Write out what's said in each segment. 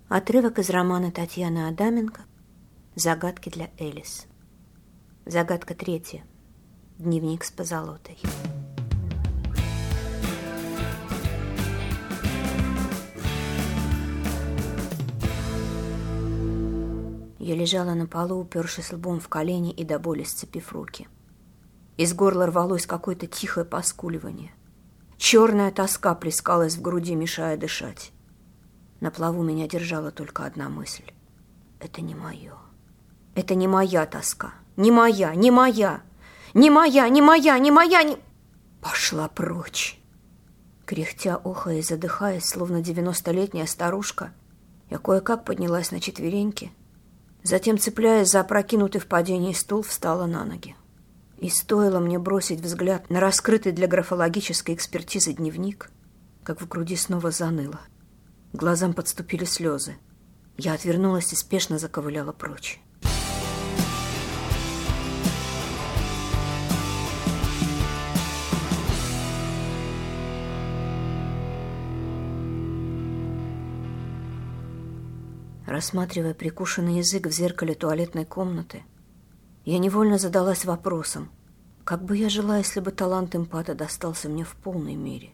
Отрывок из романа Татьяны Адаменко «Загадки для Элис». Загадка 3. Дневник с позолотой. Я лежала на полу, упершись лбом в колени и до боли сцепив руки. Из горла рвалось какое-то тихое поскуливание. Черная тоска плескалась в груди, мешая дышать. На плаву меня держала только одна мысль. Это не мое. Это не моя тоска. Не моя, не моя. Не моя, не моя, не моя, не... Пошла прочь. Кряхтя, охая и задыхаясь, словно 90-летняя старушка, я кое-как поднялась на четвереньки. Затем, цепляясь за опрокинутый в падении стул, встала на ноги. И стоило мне бросить взгляд на раскрытый для графологической экспертизы дневник, как в груди снова заныло. Глазам подступили слезы. Я отвернулась и спешно заковыляла прочь. Рассматривая прикушенный язык в зеркале туалетной комнаты, я невольно задалась вопросом, как бы я жила, если бы талант эмпата достался мне в полной мере.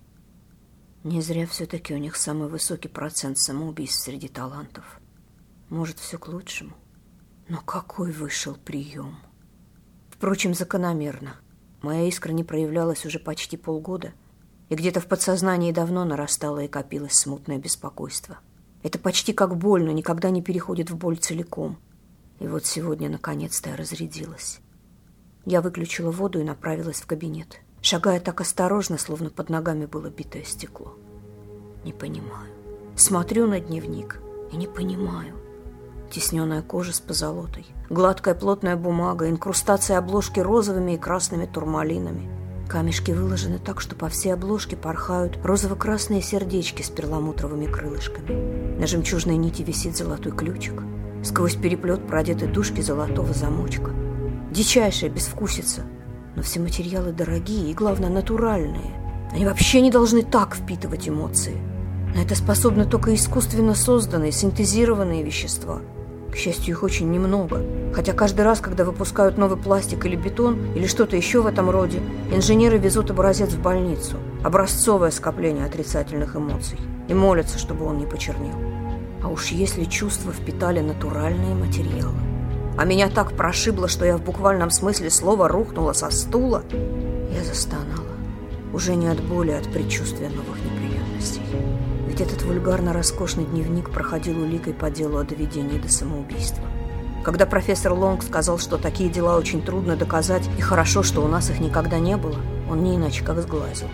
Не зря все-таки у них самый высокий процент самоубийств среди талантов. Может, все к лучшему? Но какой вышел прием! Впрочем, закономерно. Моя искра не проявлялась уже почти полгода, и где-то в подсознании давно нарастало и копилось смутное беспокойство. Это почти как боль, но никогда не переходит в боль целиком. И вот сегодня, наконец-то, я разрядилась. Я выключила воду и направилась в кабинет, шагая так осторожно, словно под ногами было битое стекло. Не понимаю. Смотрю на дневник и не понимаю. Тисненная кожа с позолотой, гладкая плотная бумага, инкрустация обложки розовыми и красными турмалинами. Камешки выложены так, что по всей обложке порхают розово-красные сердечки с перламутровыми крылышками. На жемчужной нити висит золотой ключик. Сквозь переплет продеты дужки золотого замочка. Дичайшая безвкусица. Но все материалы дорогие и, главное, натуральные. Они вообще не должны так впитывать эмоции. На это способны только искусственно созданные, синтезированные вещества. К счастью, их очень немного. Хотя каждый раз, когда выпускают новый пластик или бетон, или что-то еще в этом роде, инженеры везут образец в больницу. Образцовое скопление отрицательных эмоций. И молятся, чтобы он не почернел. А уж если чувства впитали натуральные материалы. А меня так прошибло, что я в буквальном смысле слова рухнула со стула. Я застонала. Уже не от боли, а от предчувствия новых неприятностей. Ведь этот вульгарно-роскошный дневник проходил уликой по делу о доведении до самоубийства. Когда профессор Лонг сказал, что такие дела очень трудно доказать, и хорошо, что у нас их никогда не было, он не иначе как сглазил.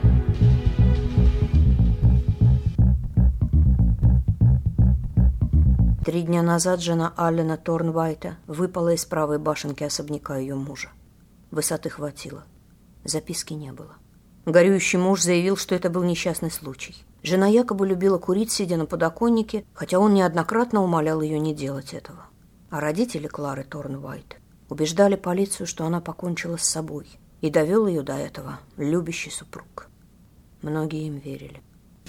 Три дня назад жена Аллена Торнвайта выпала из правой башенки особняка ее мужа. Высоты хватило. Записки не было. Горюющий муж заявил, что это был несчастный случай. Жена якобы любила курить, сидя на подоконнике, хотя он неоднократно умолял ее не делать этого. А родители Клары Торнвайт убеждали полицию, что она покончила с собой, и довел ее до этого любящий супруг. Многие им верили.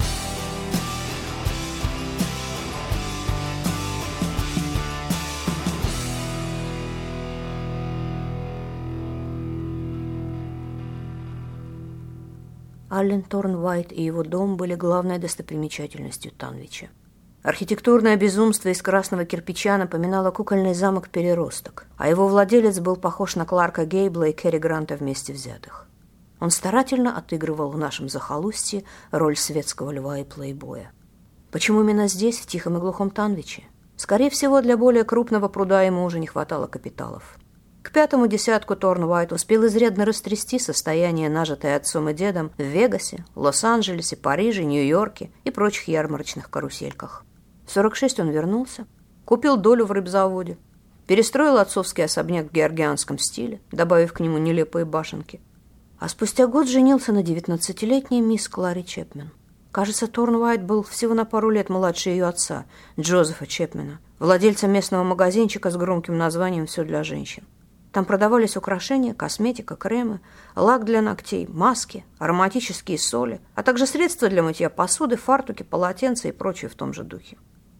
Аллен Торнвайт и его дом были главной достопримечательностью Танвича. Архитектурное безумство из красного кирпича напоминало кукольный замок-переросток, а его владелец был похож на Кларка Гейбла и Кэрри Гранта вместе взятых. Он старательно отыгрывал в нашем захолустье роль светского льва и плейбоя. Почему именно здесь, в тихом и глухом Танвиче? Скорее всего, для более крупного пруда ему уже не хватало капиталов. К 5-му десятку Торнвайт успел изрядно растрясти состояние, нажитое отцом и дедом в Вегасе, Лос-Анджелесе, Париже, Нью-Йорке и прочих ярмарочных карусельках. В 46 он вернулся, купил долю в рыбзаводе, перестроил отцовский особняк в георгианском стиле, добавив к нему нелепые башенки, а спустя год женился на 19-летней мисс Кларе Чепмен. Кажется, Торнвайт был всего на пару лет младше ее отца, Джозефа Чепмена, владельца местного магазинчика с громким названием «Все для женщин». Там продавались украшения, косметика, кремы, лак для ногтей, маски, ароматические соли, а также средства для мытья посуды, фартуки, полотенца и прочее в том же духе.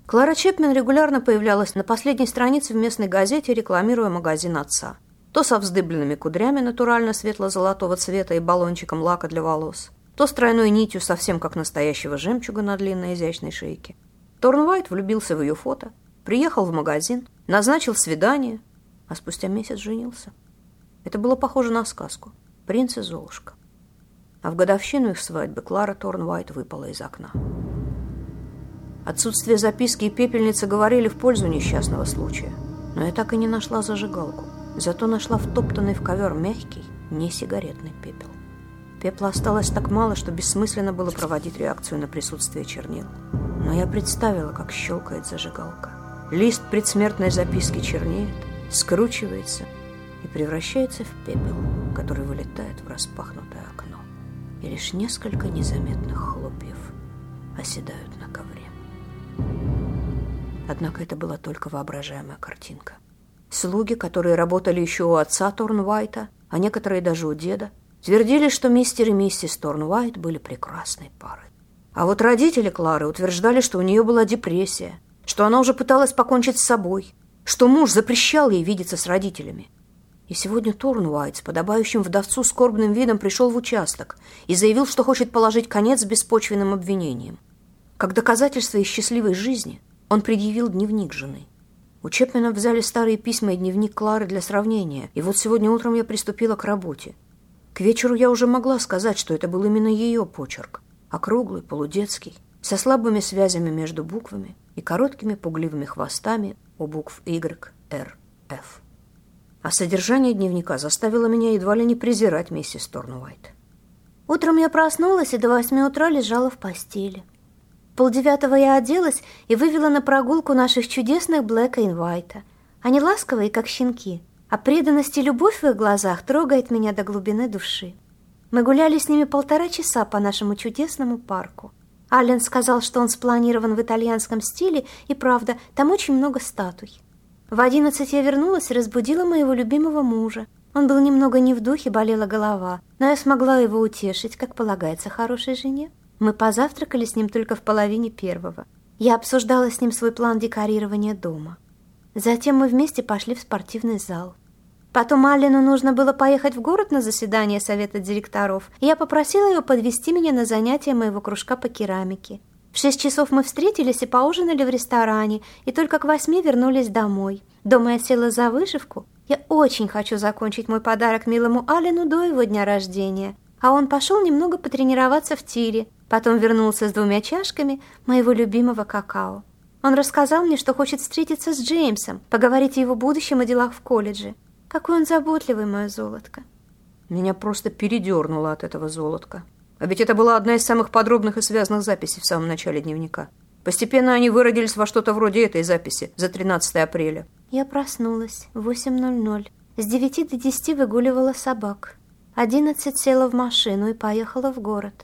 Клара Чепмен регулярно появлялась на последней странице в местной газете, рекламируя магазин отца. То со вздыбленными кудрями натурально светло-золотого цвета и баллончиком лака для волос, то с тройной нитью, совсем как настоящего жемчуга на длинной изящной шейке. Торнвайт влюбился в ее фото, приехал в магазин, назначил свидание, а спустя месяц женился. Это было похоже на сказку «Принц и Золушка». А в годовщину их свадьбы Клара Торнвайт выпала из окна. Отсутствие записки и пепельницы говорили в пользу несчастного случая, но я так и не нашла зажигалку. Зато нашла втоптанный в ковер мягкий, не сигаретный пепел. Пепла осталось так мало, что бессмысленно было проводить реакцию на присутствие чернил. Но я представила, как щелкает зажигалка. Лист предсмертной записки чернеет, скручивается и превращается в пепел, который вылетает в распахнутое окно. И лишь несколько незаметных хлопьев оседают на ковре. Однако это была только воображаемая картинка. Слуги, которые работали еще у отца Торнвайта, а некоторые даже у деда, твердили, что мистер и миссис Торнвайт были прекрасной парой. А вот родители Клары утверждали, что у нее была депрессия, что она уже пыталась покончить с собой, что муж запрещал ей видеться с родителями. И сегодня Торнвайт с подобающим вдовцу скорбным видом пришел в участок и заявил, что хочет положить конец беспочвенным обвинениям. Как доказательство их счастливой жизни он предъявил дневник жены. У Чепменов взяли старые письма и дневник Клары для сравнения, и вот сегодня утром я приступила к работе. К вечеру я уже могла сказать, что это был именно ее почерк, округлый, полудетский, со слабыми связями между буквами и короткими пугливыми хвостами у букв Y, R, F. А содержание дневника заставило меня едва ли не презирать миссис Торнвайт. Утром я проснулась и до 8 утра лежала в постели. 8:30 я оделась и вывела на прогулку наших чудесных Блэка и Вайта. Они ласковые, как щенки, а преданность и любовь в их глазах трогает меня до глубины души. Мы гуляли с ними 1,5 часа по нашему чудесному парку. Аллен сказал, что он спланирован в итальянском стиле, и правда, там очень много статуй. В 11 я вернулась и разбудила моего любимого мужа. Он был немного не в духе, болела голова, но я смогла его утешить, как полагается хорошей жене. Мы позавтракали с ним только в 12:30. Я обсуждала с ним свой план декорирования дома. Затем мы вместе пошли в спортивный зал. Потом Аллену нужно было поехать в город на заседание совета директоров, и я попросила его подвезти меня на занятия моего кружка по керамике. В 6 часов мы встретились и поужинали в ресторане, и только к 8 вернулись домой. Дома я села за вышивку. Я очень хочу закончить мой подарок милому Аллену до его дня рождения. А он пошел немного потренироваться в тире, потом вернулся с 2 чашками моего любимого какао. Он рассказал мне, что хочет встретиться с Джеймсом, поговорить о его будущем и делах в колледже. Какой он заботливый, мое золотко. Меня просто передернуло от этого золотка. А ведь это была одна из самых подробных и связанных записей в самом начале дневника. Постепенно они выродились во что-то вроде этой записи за 13 апреля. Я проснулась в 8:00. С 9 до 10 выгуливала собак. 11 села в машину и поехала в город.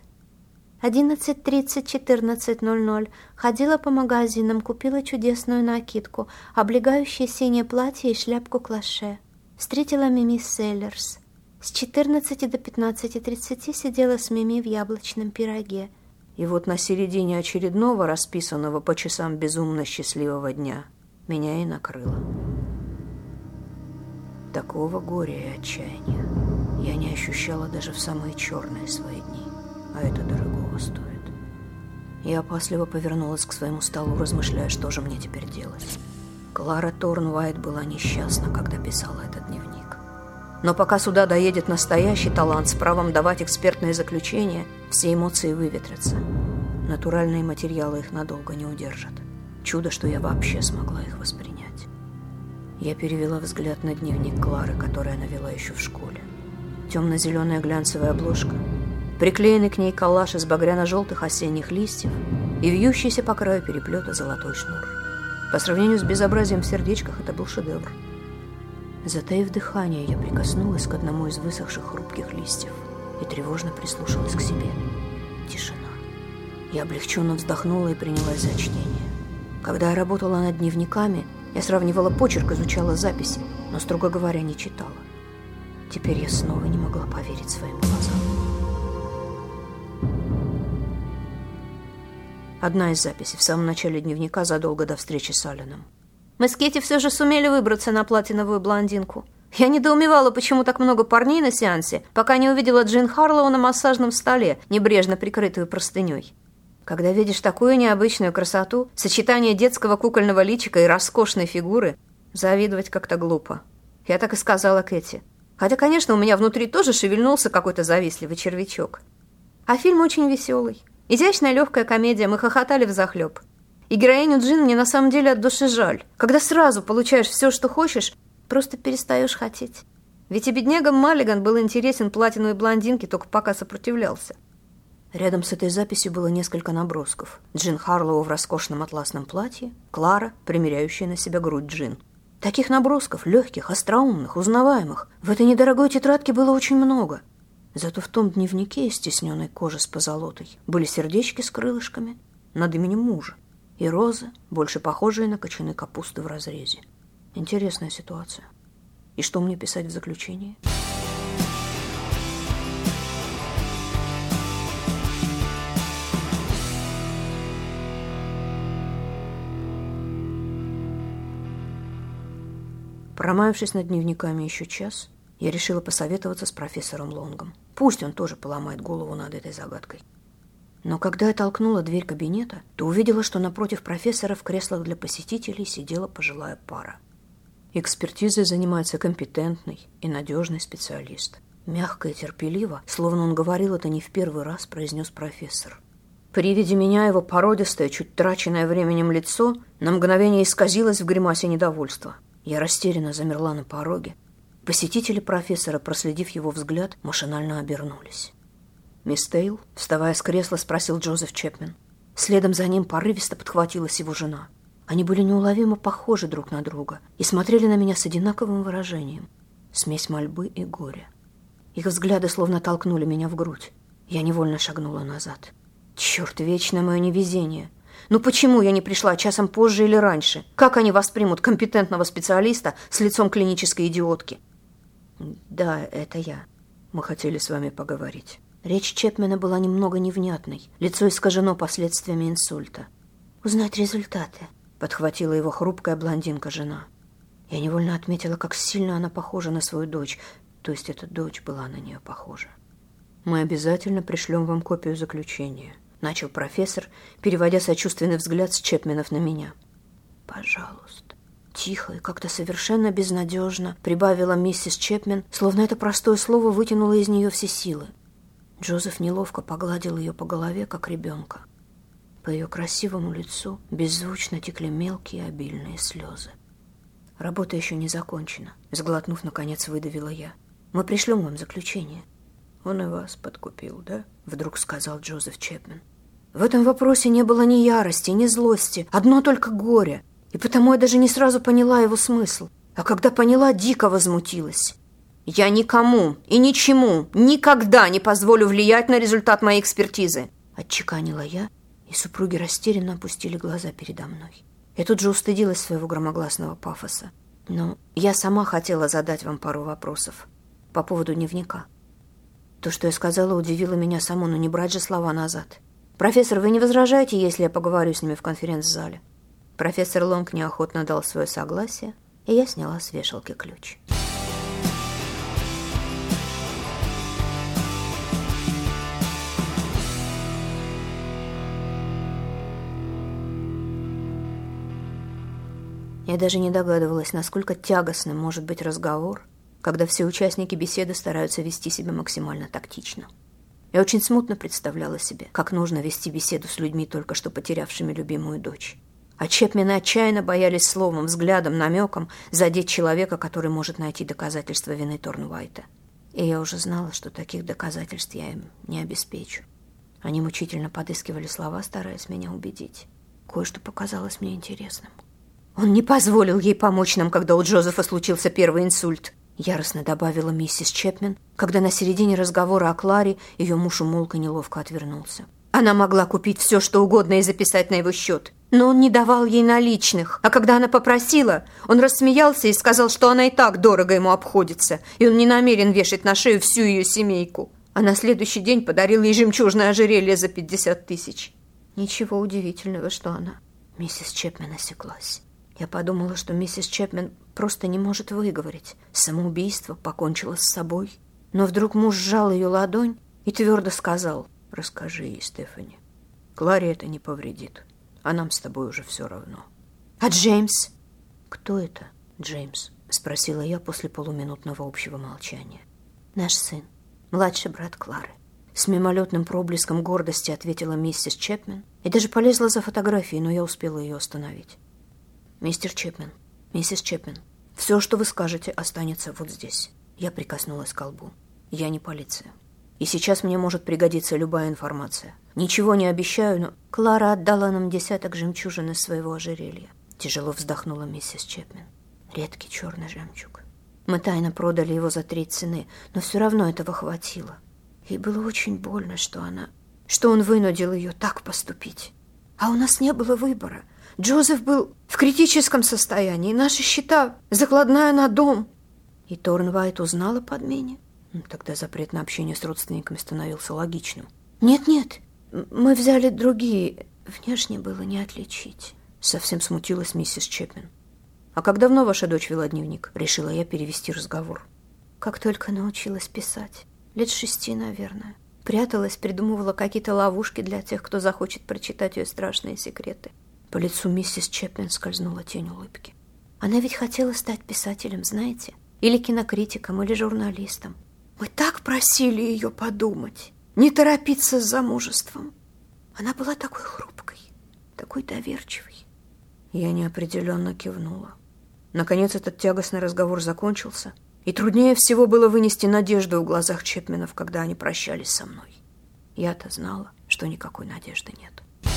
11:30-14:00 ходила по магазинам, купила чудесную накидку, облегающее синее платье и шляпку-клаше. Встретила Мими Селлерс. С 14 до 15:30 сидела с Мими в яблочном пироге. И вот на середине очередного, расписанного по часам безумно счастливого дня, меня и накрыло. Такого горя и отчаяния я не ощущала даже в самые черные свои дни, а это дорогого стоит. Я опасливо повернулась к своему столу, размышляя, что же мне теперь делать. Клара Торнвайт была несчастна, когда писала этот дневник. Но пока сюда доедет настоящий талант с правом давать экспертные заключения, все эмоции выветрятся. Натуральные материалы их надолго не удержат. Чудо, что я вообще смогла их воспринять. Я перевела взгляд на дневник Клары, который она вела еще в школе. Темно-зеленая глянцевая обложка, приклеенный к ней коллаж из багряно-желтых осенних листьев и вьющийся по краю переплета золотой шнур. По сравнению с безобразием в сердечках это был шедевр. Затаив дыхание, я прикоснулась к одному из высохших хрупких листьев и тревожно прислушалась к себе. Тишина. Я облегченно вздохнула и принялась за чтение. Когда я работала над дневниками, я сравнивала почерк, изучала записи, но, строго говоря, не читала. Теперь я снова не могла поверить своим глазам. Одна из записей в самом начале дневника задолго до встречи с Алленом. Мы с Кэти все же сумели выбраться на платиновую блондинку. Я недоумевала, почему так много парней на сеансе, пока не увидела Джин Харлоу на массажном столе, небрежно прикрытую простыней. Когда видишь такую необычную красоту, сочетание детского кукольного личика и роскошной фигуры, завидовать как-то глупо. Я так и сказала Кэти. Хотя, конечно, у меня внутри тоже шевельнулся какой-то завистливый червячок. А фильм очень веселый. Изящная легкая комедия, мы хохотали взахлеб. И героиню Джин мне на самом деле от души жаль. Когда сразу получаешь все, что хочешь, просто перестаешь хотеть. Ведь и бедняга Маллиган был интересен платиновой блондинке, только пока сопротивлялся. Рядом с этой записью было несколько набросков. Джин Харлоу в роскошном атласном платье, Клара, примеряющая на себя грудь Джин. Таких набросков, легких, остроумных, узнаваемых, в этой недорогой тетрадке было очень много. Зато в том дневнике из тисненной кожи с позолотой были сердечки с крылышками над именем мужа и розы, больше похожие на кочаны капусты в разрезе. Интересная ситуация. И что мне писать в заключении? Промаявшись над дневниками еще час, я решила посоветоваться с профессором Лонгом. Пусть он тоже поломает голову над этой загадкой. Но когда я толкнула дверь кабинета, то увидела, что напротив профессора в креслах для посетителей сидела пожилая пара. Экспертизой занимается компетентный и надежный специалист. Мягко и терпеливо, словно он говорил это не в первый раз, произнес профессор. При виде меня его породистое, чуть траченное временем лицо на мгновение исказилось в гримасе недовольства. Я растерянно замерла на пороге. Посетители профессора, проследив его взгляд, машинально обернулись. «Мисс Тейл?» — вставая с кресла, спросил Джозеф Чепмен. Следом за ним порывисто подхватилась его жена. Они были неуловимо похожи друг на друга и смотрели на меня с одинаковым выражением. Смесь мольбы и горя. Их взгляды словно толкнули меня в грудь. Я невольно шагнула назад. Черт, вечное мое невезение. Ну почему я не пришла часом позже или раньше? Как они воспримут компетентного специалиста с лицом клинической идиотки? Да, это я. Мы хотели с вами поговорить. Речь Чепмена была немного невнятной. Лицо искажено последствиями инсульта. «Узнать результаты», — подхватила его хрупкая блондинка-жена. Я невольно отметила, как сильно она похожа на свою дочь. То есть эта дочь была на нее похожа. «Мы обязательно пришлем вам копию заключения», — начал профессор, переводя сочувственный взгляд с Чепменов на меня. «Пожалуйста». Тихо и как-то совершенно безнадежно прибавила миссис Чепмен, словно это простое слово вытянуло из нее все силы. Джозеф неловко погладил ее по голове, как ребенка. По ее красивому лицу беззвучно текли мелкие обильные слезы. «Работа еще не закончена», — сглотнув, наконец выдавила я. «Мы пришлем вам заключение». «Он и вас подкупил, да?» — вдруг сказал Джозеф Чепмен. В этом вопросе не было ни ярости, ни злости, одно только горе. И потому я даже не сразу поняла его смысл. А когда поняла, дико возмутилась. «Я никому и ничему никогда не позволю влиять на результат моей экспертизы», — отчеканила я, и супруги растерянно опустили глаза передо мной. Я тут же устыдилась своего громогласного пафоса. Но я сама хотела задать вам пару вопросов по поводу дневника. То, что я сказала, удивило меня саму, но не брать же слова назад. «Профессор, вы не возражаете, если я поговорю с ними в конференц-зале?» Профессор Лонг неохотно дал свое согласие, и я сняла с вешалки ключ. Я даже не догадывалась, насколько тягостным может быть разговор, когда все участники беседы стараются вести себя максимально тактично. Я очень смутно представляла себе, как нужно вести беседу с людьми, только что потерявшими любимую дочь. А Чепмены отчаянно боялись словом, взглядом, намеком задеть человека, который может найти доказательства вины Торнвайта. И я уже знала, что таких доказательств я им не обеспечу. Они мучительно подыскивали слова, стараясь меня убедить. Кое-что показалось мне интересным. «Он не позволил ей помочь нам, когда у Джозефа случился первый инсульт», яростно добавила миссис Чепмен, когда на середине разговора о Кларе ее муж умолк и неловко отвернулся. «Она могла купить все, что угодно и записать на его счет. Но он не давал ей наличных. А когда она попросила, он рассмеялся и сказал, что она и так дорого ему обходится, и он не намерен вешать на шею всю ее семейку. А на следующий день подарил ей жемчужное ожерелье за 50 000. Ничего удивительного, что она... Миссис Чепмен осеклась. Я подумала, что миссис Чепмен просто не может выговорить. Самоубийство покончило с собой. Но вдруг муж сжал ее ладонь и твердо сказал: «Расскажи ей, Стефани. Кларе это не повредит, а нам с тобой уже все равно». «А Джеймс?» «Кто это, Джеймс?» — спросила я после полуминутного общего молчания. «Наш сын, младший брат Клары». С мимолетным проблеском гордости ответила миссис Чепмен и даже полезла за фотографией, но я успела ее остановить. «Мистер Чепмен, миссис Чепмен, все, что вы скажете, останется вот здесь». Я прикоснулась к колбу. «Я не полиция. И сейчас мне может пригодиться любая информация. Ничего не обещаю, но...» «Клара отдала нам 10 жемчужин из своего ожерелья», — тяжело вздохнула миссис Чепмен. «Редкий черный жемчуг. Мы тайно продали его за 3 цены, но все равно этого хватило. Ей было очень больно, что он вынудил ее так поступить. А у нас не было выбора. Джозеф был в критическом состоянии, наши счета, закладная на дом». «И Торнвайт узнал о подмене?» Тогда запрет на общение с родственниками становился логичным. «Нет, мы взяли другие. Внешне было не отличить». Совсем смутилась миссис Чепмен. «А как давно ваша дочь вела дневник?» Решила я перевести разговор. «Как только научилась писать. 6 лет, наверное. Пряталась, придумывала какие-то ловушки для тех, кто захочет прочитать ее страшные секреты». По лицу миссис Чепмен скользнула тень улыбки. «Она ведь хотела стать писателем, знаете? Или кинокритиком, или журналистом. Мы так просили ее подумать, не торопиться с замужеством. Она была такой хрупкой, такой доверчивой». Я неопределенно кивнула. Наконец этот тягостный разговор закончился, и труднее всего было вынести надежду в глазах Чепменов, когда они прощались со мной. Я-то знала, что никакой надежды нет.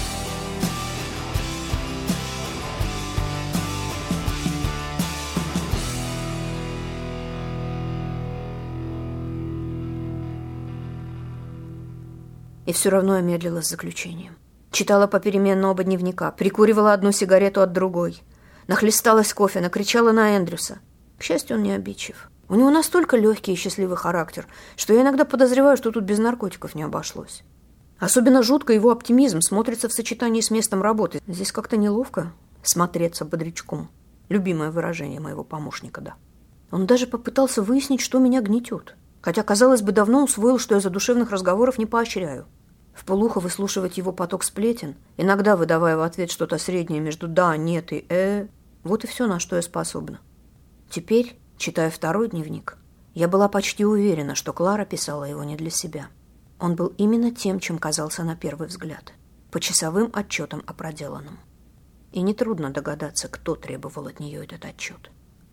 И все равно я медлила с заключением. Читала попеременно оба дневника, прикуривала одну сигарету от другой. Нахлесталась кофе, накричала на Эндрюса. К счастью, он не обидчив. У него настолько легкий и счастливый характер, что я иногда подозреваю, что тут без наркотиков не обошлось. Особенно жутко его оптимизм смотрится в сочетании с местом работы. Здесь как-то неловко смотреться бодрячком. Любимое выражение моего помощника, да. Он даже попытался выяснить, что меня гнетет. Хотя, казалось бы, давно усвоил, что я задушевных разговоров не поощряю. Вполуха выслушивать его поток сплетен, иногда выдавая в ответ что-то среднее между «да», «нет» и Вот и все, на что я способна. Теперь, читая второй дневник, я была почти уверена, что Клара писала его не для себя. Он был именно тем, чем казался на первый взгляд, по часовым отчетам о проделанном. И нетрудно догадаться, кто требовал от нее этот отчет.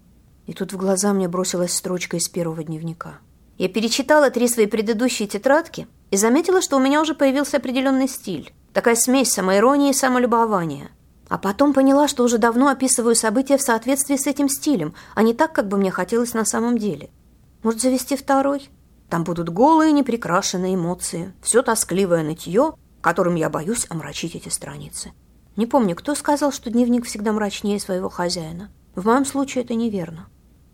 И тут в глаза мне бросилась строчка из первого дневника. Я перечитала 3 свои предыдущие тетрадки и заметила, что у меня уже появился определенный стиль. Такая смесь самоиронии и самолюбования. А потом поняла, что уже давно описываю события в соответствии с этим стилем, а не так, как бы мне хотелось на самом деле. Может, завести 2? Там будут голые, неприкрашенные эмоции, все тоскливое нытье, которым я боюсь омрачить эти страницы. Не помню, кто сказал, что дневник всегда мрачнее своего хозяина. В моем случае это неверно.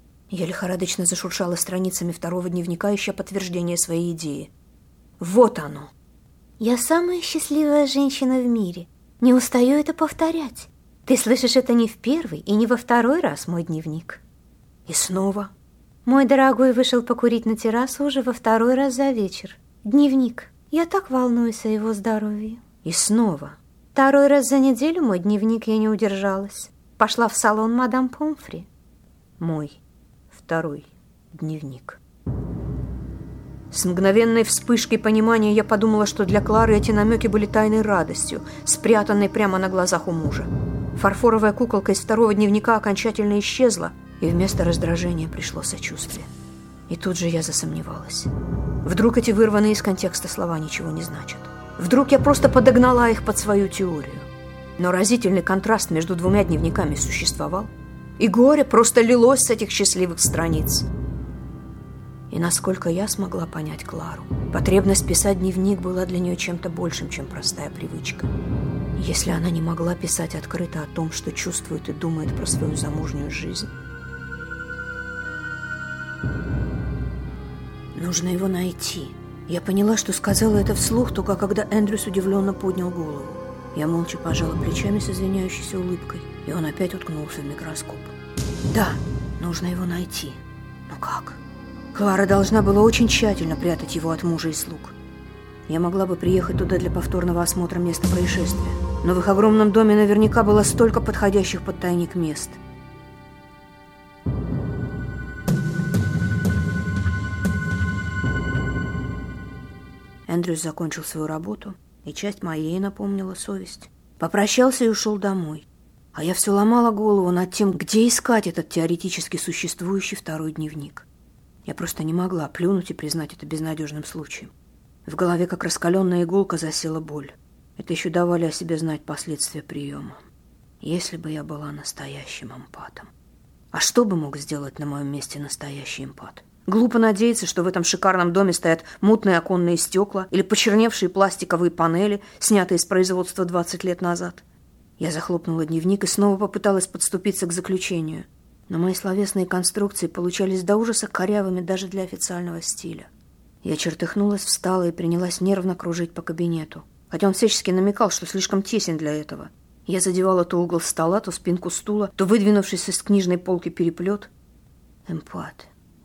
Я лихорадочно зашуршала страницами 2 дневника, ища подтверждение своей идеи. Вот оно. «Я самая счастливая женщина в мире. Не устаю это повторять. Ты слышишь это не в 1 и не во 2 раз, мой дневник». И снова. «Мой дорогой вышел покурить на террасу уже во 2 раз за вечер. Дневник. Я так волнуюсь о его здоровье». И снова. 2 раз за неделю, мой дневник, я не удержалась. Пошла в салон мадам Помфри». Мой 2 дневник. С мгновенной вспышкой понимания я подумала, что для Клары эти намеки были тайной радостью, спрятанной прямо на глазах у мужа. Фарфоровая куколка из 2 дневника окончательно исчезла, и вместо раздражения пришло сочувствие. И тут же я засомневалась. Вдруг эти вырванные из контекста слова ничего не значат? Вдруг я просто подогнала их под свою теорию? Но разительный контраст между 2 дневниками существовал, и горе просто лилось с этих счастливых страниц. И насколько я смогла понять Клару, потребность писать дневник была для нее чем-то большим, чем простая привычка. Если она не могла писать открыто о том, что чувствует и думает про свою замужнюю жизнь, нужно его найти. Я поняла, что сказала это вслух, только когда Эндрюс удивленно поднял голову. Я молча пожала плечами с извиняющейся улыбкой, и он опять уткнулся в микроскоп. Да, нужно его найти. Но как? Клара должна была очень тщательно прятать его от мужа и слуг. Я могла бы приехать туда для повторного осмотра места происшествия, но в их огромном доме наверняка было столько подходящих под тайник мест. Эндрюс закончил свою работу, и часть моей напомнила совесть. Попрощался и ушел домой. А я все ломала голову над тем, где искать этот теоретически существующий второй дневник. Я просто не могла плюнуть и признать это безнадежным случаем. В голове, как раскаленная иголка, засела боль. Это еще давали о себе знать последствия приема. Если бы я была настоящим эмпатом. А что бы мог сделать на моем месте настоящий эмпат? Глупо надеяться, что в этом шикарном доме стоят мутные оконные стекла или почерневшие пластиковые панели, снятые с производства 20 лет назад. Я захлопнула дневник и снова попыталась подступиться к заключению. Но мои словесные конструкции получались до ужаса корявыми даже для официального стиля. Я чертыхнулась, встала и принялась нервно кружить по кабинету. Хотя он всячески намекал, что слишком тесен для этого. Я задевала то угол стола, то спинку стула, то выдвинувшись из книжной полки переплет. Эмпат.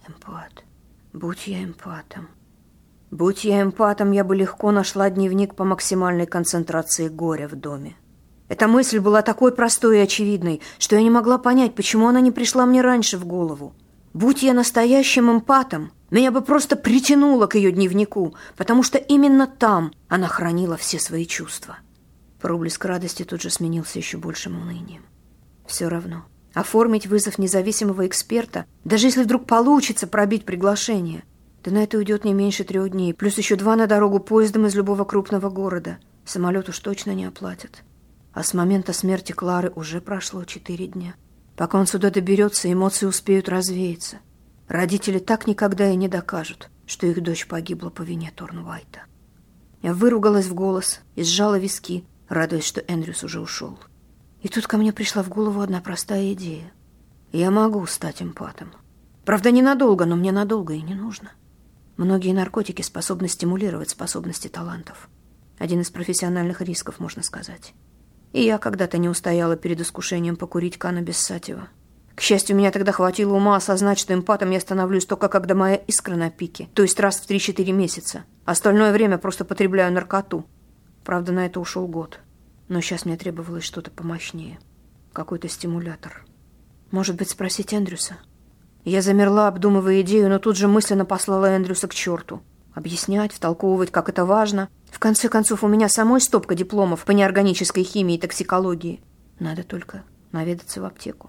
Будь я эмпатом. Будь я эмпатом, я бы легко нашла дневник по максимальной концентрации горя в доме. Эта мысль была такой простой и очевидной, что я не могла понять, почему она не пришла мне раньше в голову. Будь я настоящим эмпатом, меня бы просто притянуло к ее дневнику, потому что именно там она хранила все свои чувства. Проблеск радости тут же сменился еще большим унынием. Все равно. Оформить вызов независимого эксперта, даже если вдруг получится пробить приглашение, да на это уйдет не меньше 3 дней, плюс еще 2 на дорогу поездом из любого крупного города. Самолет уж точно не оплатят. А с момента смерти Клары уже прошло 4 дня. Пока он сюда доберется, эмоции успеют развеяться. Родители так никогда и не докажут, что их дочь погибла по вине Торнвайта. Я выругалась в голос и сжала виски, радуясь, что Эндрюс уже ушел. И тут ко мне пришла в голову одна простая идея. Я могу стать эмпатом. Правда, ненадолго, но мне надолго и не нужно. Многие наркотики способны стимулировать способности талантов. Один из профессиональных рисков, можно сказать. И я когда-то не устояла перед искушением покурить каннабис сатива. К счастью, меня тогда хватило ума осознать, что эмпатом я становлюсь только когда моя искра на пике, то есть раз в 3-4 месяца. Остальное время просто потребляю наркоту. Правда, на это ушел год. Но сейчас мне требовалось что-то помощнее. Какой-то стимулятор. Может быть, спросить Эндрюса? Я замерла, обдумывая идею, но тут же мысленно послала Эндрюса к черту. Объяснять, втолковывать, как это важно. В конце концов, у меня самой стопка дипломов по неорганической химии и токсикологии. Надо только наведаться в аптеку.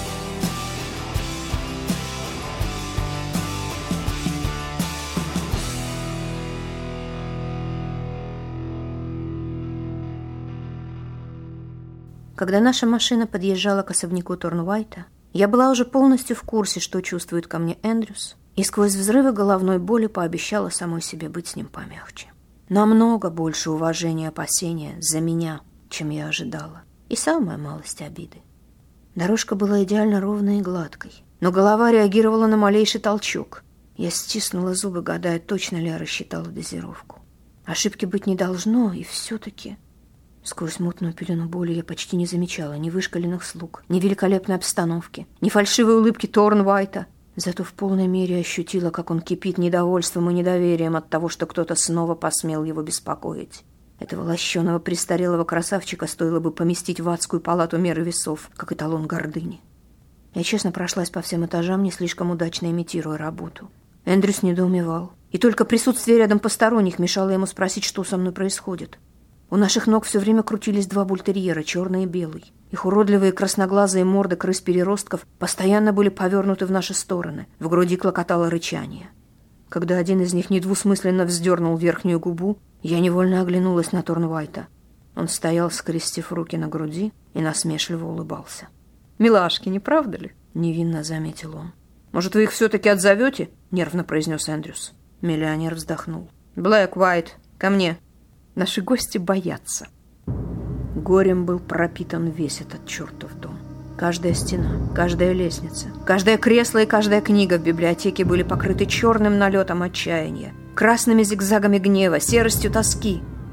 Когда наша машина подъезжала к особняку Торнвайта, я была уже полностью в курсе, что чувствует ко мне Эндрюс, и сквозь взрывы головной боли пообещала самой себе быть с ним помягче. Намного больше уважения и опасения за меня, чем я ожидала, и самая малость обиды. Дорожка была идеально ровной и гладкой, но голова реагировала на малейший толчок. Я стиснула зубы, гадая, точно ли я рассчитала дозировку. Ошибки быть не должно, и все-таки... Сквозь мутную пелену боли я почти не замечала ни вышкаленных слуг, ни великолепной обстановки, ни фальшивой улыбки Торнвайта. Зато в полной мере ощутила, как он кипит недовольством и недоверием от того, что кто-то снова посмел его беспокоить. Этого лощеного престарелого красавчика стоило бы поместить в адскую палату меры весов, как эталон гордыни. Я честно прошлась по всем этажам, не слишком удачно имитируя работу. Эндрюс недоумевал, и только присутствие рядом посторонних мешало ему спросить, что со мной происходит. У наших ног все время крутились 2 бультерьера, черный и белый. Их уродливые красноглазые морды крыс-переростков постоянно были повернуты в наши стороны. В груди клокотало рычание. Когда один из них недвусмысленно вздернул верхнюю губу, я невольно оглянулась на Торнвайта. Он стоял, скрестив руки на груди, и насмешливо улыбался. «Милашки, не правда ли?» — невинно заметил он. «Может, вы их все-таки отзовете?» — нервно произнес Эндрюс. Миллионер вздохнул. «Блэк, Уайт, ко мне!» Наши гости боятся. Горем был пропитан весь этот чертов дом. Каждая стена, каждая лестница, каждое кресло и каждая книга в библиотеке были покрыты черным налетом отчаяния, красными зигзагами гнева, серостью тоски.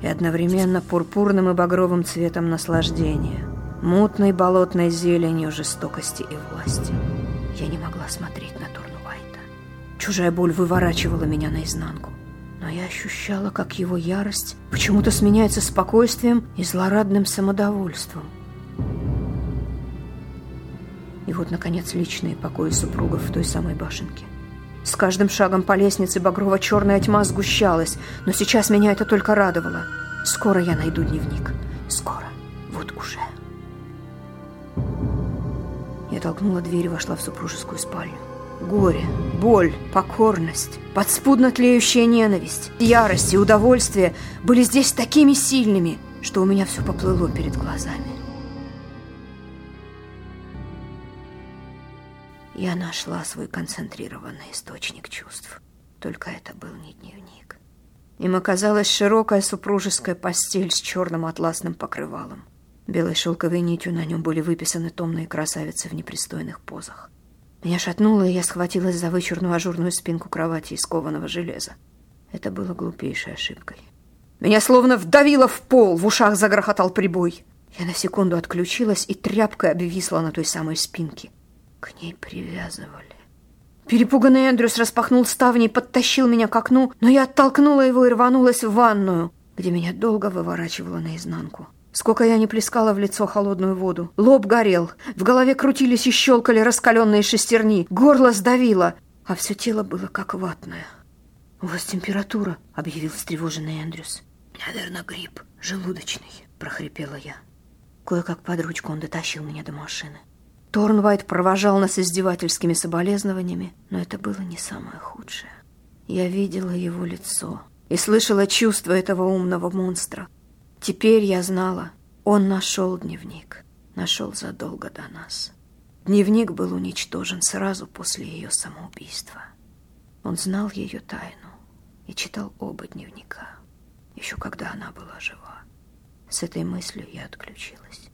и одновременно пурпурным и багровым цветом наслаждения, мутной болотной зеленью жестокости и власти. Я не могла смотреть на Торнвайта. Чужая боль выворачивала меня наизнанку, но я ощущала, как его ярость почему-то сменяется спокойствием и злорадным самодовольством. И вот, наконец, личные покои супругов в той самой башенке. С каждым шагом по лестнице багрово-черная тьма сгущалась, но сейчас меня это только радовало. Скоро я найду дневник. Скоро. Вот уже. Я толкнула дверь и вошла в супружескую спальню. Горе, боль, покорность, подспудно тлеющая ненависть, ярость и удовольствие были здесь такими сильными, что у меня все поплыло перед глазами. Я нашла свой концентрированный источник чувств. Только это был не дневник. Им оказалась широкая супружеская постель с черным атласным покрывалом. Белой шелковой нитью на нем были выписаны томные красавицы в непристойных позах. Меня шатнуло, и я схватилась за вычурную ажурную спинку кровати из кованого железа. Это было глупейшей ошибкой. Меня словно вдавило в пол, в ушах загрохотал прибой. Я на секунду отключилась и тряпкой обвисла на той самой спинке. К ней привязывали. Перепуганный Эндрюс распахнул ставни и подтащил меня к окну, но я оттолкнула его и рванулась в ванную, где меня долго выворачивало наизнанку. Сколько я не плескала в лицо холодную воду. Лоб горел, в голове крутились и щелкали раскаленные шестерни, горло сдавило, а все тело было как ватное. «У вас температура», — объявил встревоженный Эндрюс. «Наверное, грипп желудочный», — прохрипела я. Кое-как под ручку он дотащил меня до машины. Торнвайт провожал нас издевательскими соболезнованиями, но это было не самое худшее. Я видела его лицо и слышала чувства этого умного монстра. Теперь я знала, он нашел дневник, нашел задолго до нас. Дневник был уничтожен сразу после ее самоубийства. Он знал ее тайну и читал оба дневника, еще когда она была жива. С этой мыслью я отключилась.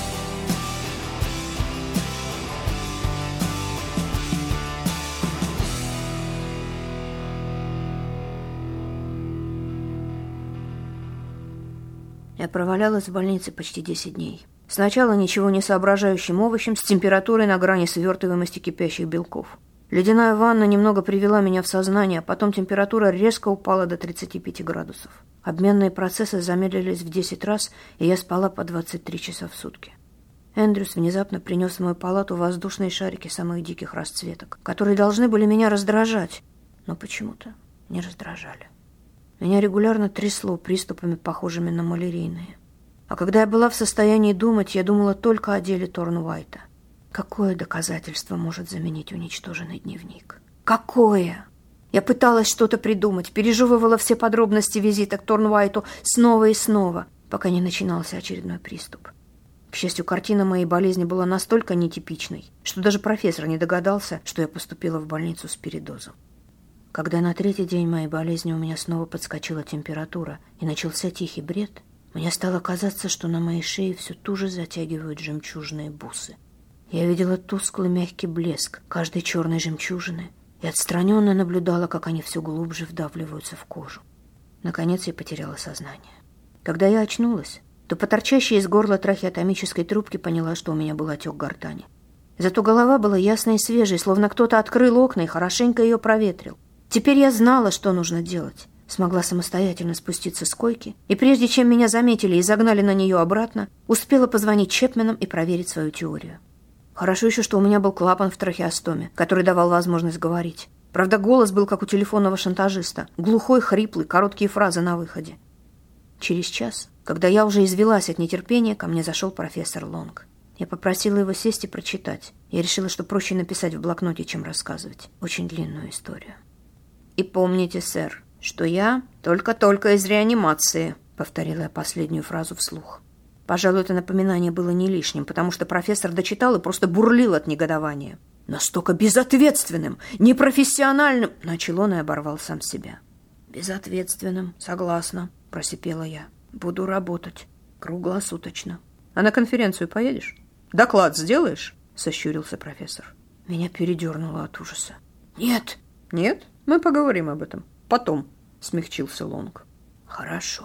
Я провалялась в больнице почти 10 дней. Сначала ничего не соображающим овощем с температурой на грани свертываемости кипящих белков. Ледяная ванна немного привела меня в сознание, а потом температура резко упала до 35 градусов. Обменные процессы замедлились в 10 раз, и я спала по 23 часа в сутки. Эндрюс внезапно принес в мою палату воздушные шарики самых диких расцветок, которые должны были меня раздражать, но почему-то не раздражали. Меня регулярно трясло приступами, похожими на малярийные. А когда я была в состоянии думать, я думала только о деле Торнвайта. Какое доказательство может заменить уничтоженный дневник? Какое? Я пыталась что-то придумать, пережевывала все подробности визита к Торнвайту снова и снова, пока не начинался очередной приступ. К счастью, картина моей болезни была настолько нетипичной, что даже профессор не догадался, что я поступила в больницу с передозом. Когда на 3-й день моей болезни у меня снова подскочила температура и начался тихий бред, мне стало казаться, что на моей шее все туже затягивают жемчужные бусы. Я видела тусклый мягкий блеск каждой черной жемчужины и отстраненно наблюдала, как они все глубже вдавливаются в кожу. Наконец я потеряла сознание. Когда я очнулась, то по торчащей из горла трахеотомической трубки поняла, что у меня был отек гортани. Зато голова была ясной и свежей, словно кто-то открыл окна и хорошенько ее проветрил. Теперь я знала, что нужно делать. Смогла самостоятельно спуститься с койки, и прежде чем меня заметили и загнали на нее обратно, успела позвонить Чепменам и проверить свою теорию. Хорошо еще, что у меня был клапан в трахеостоме, который давал возможность говорить. Правда, голос был как у телефонного шантажиста. Глухой, хриплый, короткие фразы на выходе. Через час, когда я уже извелась от нетерпения, ко мне зашел профессор Лонг. Я попросила его сесть и прочитать. Я решила, что проще написать в блокноте, чем рассказывать очень длинную историю. «И помните, сэр, что я только-только из реанимации», — повторила я последнюю фразу вслух. Пожалуй, это напоминание было не лишним, потому что профессор дочитал и просто бурлил от негодования. «Настолько безответственным, непрофессиональным!» — начал он и оборвал сам себя. «Безответственным, согласна», — просипела я. «Буду работать круглосуточно». «А на конференцию поедешь? Доклад сделаешь?» — сощурился профессор. Меня передернуло от ужаса. «Нет». «Нет? Мы поговорим об этом. Потом», — смягчился Лонг. «Хорошо».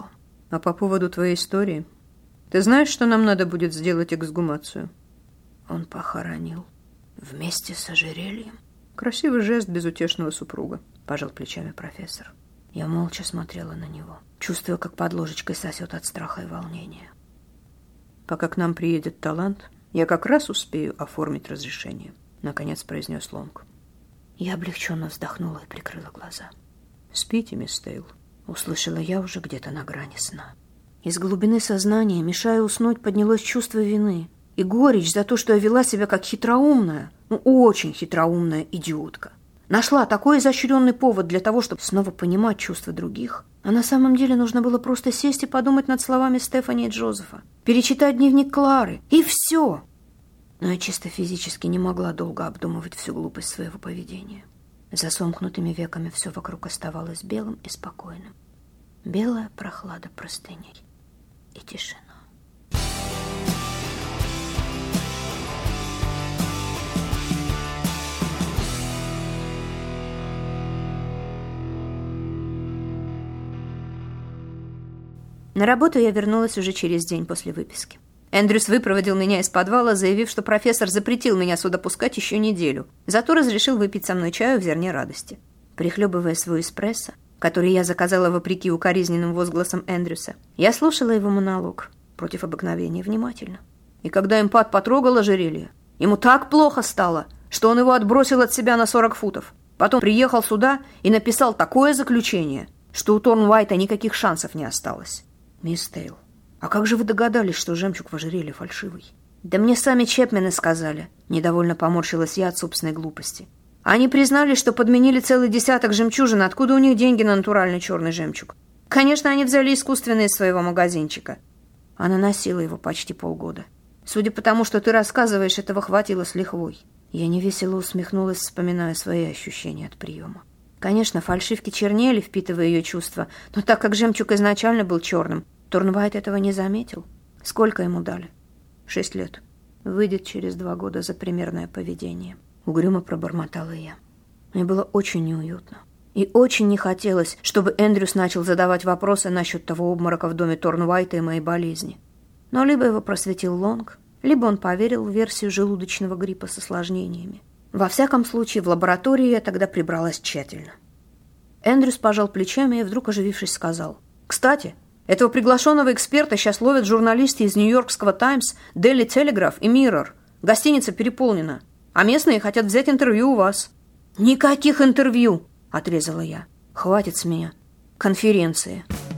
А по поводу твоей истории? Ты знаешь, что нам надо будет сделать эксгумацию? Он похоронил вместе с ожерельем. Красивый жест безутешного супруга, пожал плечами профессор. Я молча смотрела на него, чувствуя, как под ложечкой сосет от страха и волнения. Пока к нам приедет Талант, я как раз успею оформить разрешение, наконец произнес Лонг. Я облегченно вздохнула и прикрыла глаза. Спите, мисс Тейл, услышала я уже где-то на грани сна. Из глубины сознания, мешая уснуть, поднялось чувство вины и горечь за то, что я вела себя как хитроумная, очень хитроумная идиотка. Нашла такой изощренный повод для того, чтобы снова понимать чувства других. А на самом деле нужно было просто сесть и подумать над словами Стефани и Джозефа, перечитать дневник Клары, и все. Но я чисто физически не могла долго обдумывать всю глупость своего поведения. За сомкнутыми веками все вокруг оставалось белым и спокойным. Белая прохлада простыней и тишина. На работу я вернулась уже через день после выписки. Эндрюс выпроводил меня из подвала, заявив, что профессор запретил меня сюда пускать еще неделю, зато разрешил выпить со мной чаю в зерне радости. Прихлебывая свой эспрессо, который я заказала вопреки укоризненным возгласам Эндрюса, я слушала его монолог против обыкновения внимательно. И когда импат потрогал ожерелье, ему так плохо стало, что он его отбросил от себя на 40 футов. Потом приехал сюда и написал такое заключение, что у Торнвайта никаких шансов не осталось. «Мисс Тейл, а как же вы догадались, что жемчуг в ожерелье фальшивый?» «Да мне сами Чепмены сказали», — недовольно поморщилась я от собственной глупости. «Они признали, что подменили целый десяток жемчужин. Откуда у них деньги на натуральный черный жемчуг? Конечно, они взяли искусственный из своего магазинчика». Она носила его почти полгода. «Судя по тому, что ты рассказываешь, этого хватило с лихвой». Я невесело усмехнулась, вспоминая свои ощущения от приема. Конечно, фальшивки чернели, впитывая ее чувства, но так как жемчуг изначально был черным, Торнвайт этого не заметил. Сколько ему дали? 6 лет. Выйдет через 2 года за примерное поведение. Угрюмо пробормотала я. Мне было очень неуютно. И очень не хотелось, чтобы Эндрюс начал задавать вопросы насчет того обморока в доме Торнвайта и моей болезни. Но либо его просветил Лонг, либо он поверил в версию желудочного гриппа с осложнениями. Во всяком случае, в лаборатории я тогда прибралась тщательно. Эндрюс пожал плечами и, вдруг оживившись, сказал: «Кстати, этого приглашенного эксперта сейчас ловят журналисты из Нью-Йоркского «Таймс», «Дели Телеграф» и «Миррор». Гостиница переполнена, а местные хотят взять интервью у вас». «Никаких интервью!» – отрезала я. «Хватит с меня. Конференции».